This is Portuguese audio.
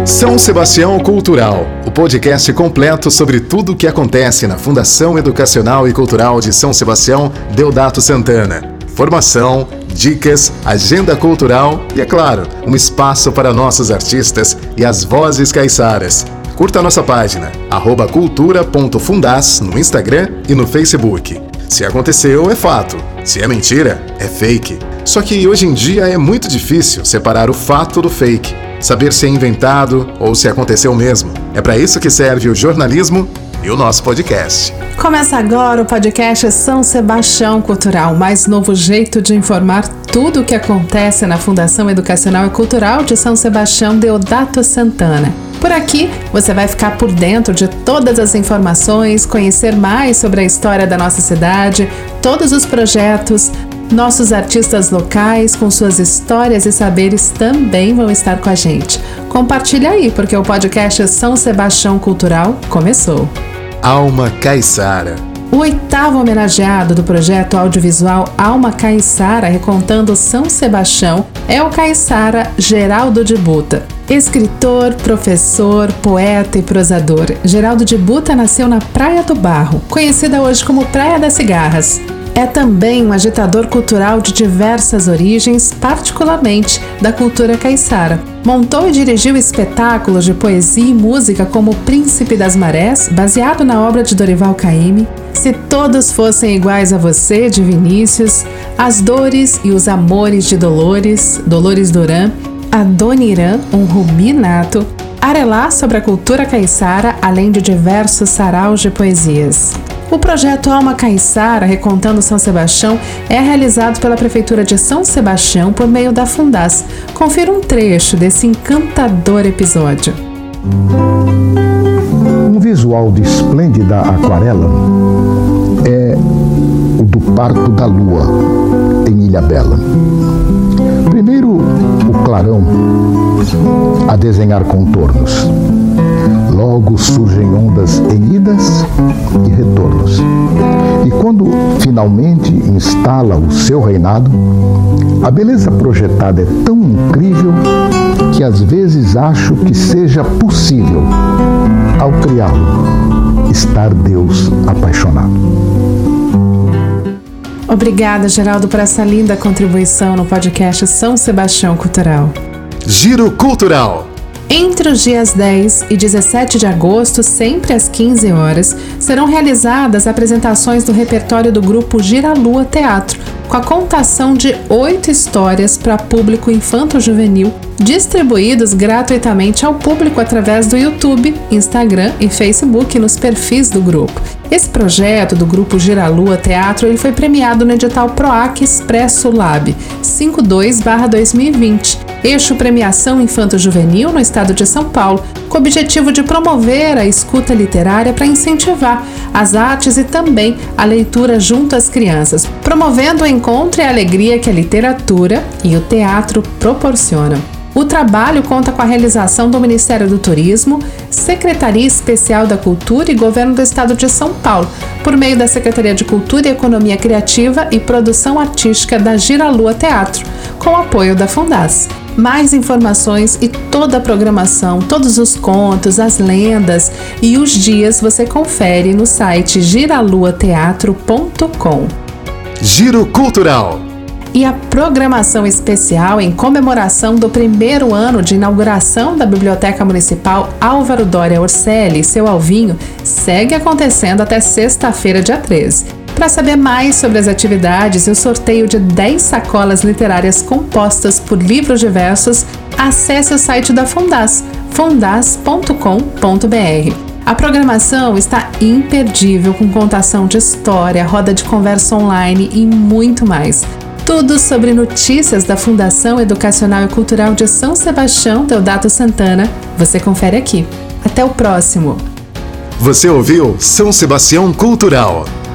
São Sebastião Cultural, o podcast completo sobre tudo o que acontece na Fundação Educacional e Cultural de São Sebastião Deodato Santana. Formação, dicas, agenda cultural e, é claro, um espaço para nossos artistas e as vozes caiçaras. Curta a nossa página, @cultura.fundas no Instagram e no Facebook. Se aconteceu, é fato. Se é mentira, é fake. Só que hoje em dia é muito difícil separar o fato do fake. Saber se é inventado ou se aconteceu mesmo. É para isso que serve o jornalismo e o nosso podcast. Começa agora o podcast São Sebastião Cultural, o mais novo jeito de informar tudo o que acontece na Fundação Educacional e Cultural de São Sebastião Deodato Santana. Por aqui, você vai ficar por dentro de todas as informações, conhecer mais sobre a história da nossa cidade, todos os projetos. Nossos artistas locais, com suas histórias e saberes, também vão estar com a gente. Compartilha aí, porque o podcast São Sebastião Cultural começou. Alma Caiçara. O 8º homenageado do projeto audiovisual Alma Caiçara, recontando São Sebastião, é o caiçara Geraldo de Buta. Escritor, professor, poeta e prosador, Geraldo de Buta nasceu na Praia do Barro, conhecida hoje como Praia das Cigarras. É também um agitador cultural de diversas origens, particularmente da cultura caiçara. Montou e dirigiu espetáculos de poesia e música como O Príncipe das Marés, baseado na obra de Dorival Caymmi, Se Todos Fossem Iguais a Você, de Vinícius, As Dores e os Amores de Dolores, Dolores Duran, Adoniran, um rubinato, Arelá sobre a cultura caiçara, além de diversos saraus de poesias. O projeto Alma Caiçara, recontando São Sebastião, é realizado pela Prefeitura de São Sebastião por meio da Fundas. Confira um trecho desse encantador episódio. Um visual de esplêndida aquarela é o do Parto da Lua, em Ilhabela. Primeiro, o clarão a desenhar contornos. Logo surgem ondas em idas e retornos. E quando finalmente instala o seu reinado, a beleza projetada é tão incrível que às vezes acho que seja possível, ao criá-lo, estar Deus apaixonado. Obrigada, Geraldo, por essa linda contribuição no podcast São Sebastião Cultural. Giro Cultural. Entre os dias 10 e 17 de agosto, sempre às 15 horas, serão realizadas apresentações do repertório do grupo Giralua Teatro, com a contação de 8 histórias para público infanto-juvenil, distribuídos gratuitamente ao público através do YouTube, Instagram e Facebook nos perfis do grupo. Esse projeto do grupo Giralua Teatro ele foi premiado no edital PROAC Expresso Lab 52/2020, eixo Premiação Infanto-Juvenil no estado de São Paulo, com o objetivo de promover a escuta literária para incentivar as artes e também a leitura junto às crianças, promovendo o encontro e a alegria que a literatura e o teatro proporcionam. O trabalho conta com a realização do Ministério do Turismo, Secretaria Especial da Cultura e Governo do Estado de São Paulo, por meio da Secretaria de Cultura e Economia Criativa e Produção Artística da Giralua Teatro, com o apoio da Fundas. Mais informações e toda a programação, todos os contos, as lendas e os dias você confere no site giraluateatro.com. Giro Cultural. E a programação especial em comemoração do primeiro ano de inauguração da Biblioteca Municipal Álvaro Doria Orselli e seu Alvinho segue acontecendo até sexta-feira, dia 13. Para saber mais sobre as atividades e o sorteio de 10 sacolas literárias compostas por livros diversos, acesse o site da Fundas, fundas.com.br. A programação está imperdível, com contação de história, roda de conversa online e muito mais. Tudo sobre notícias da Fundação Educacional e Cultural de São Sebastião Deodato Santana, você confere aqui. Até o próximo! Você ouviu São Sebastião Cultural.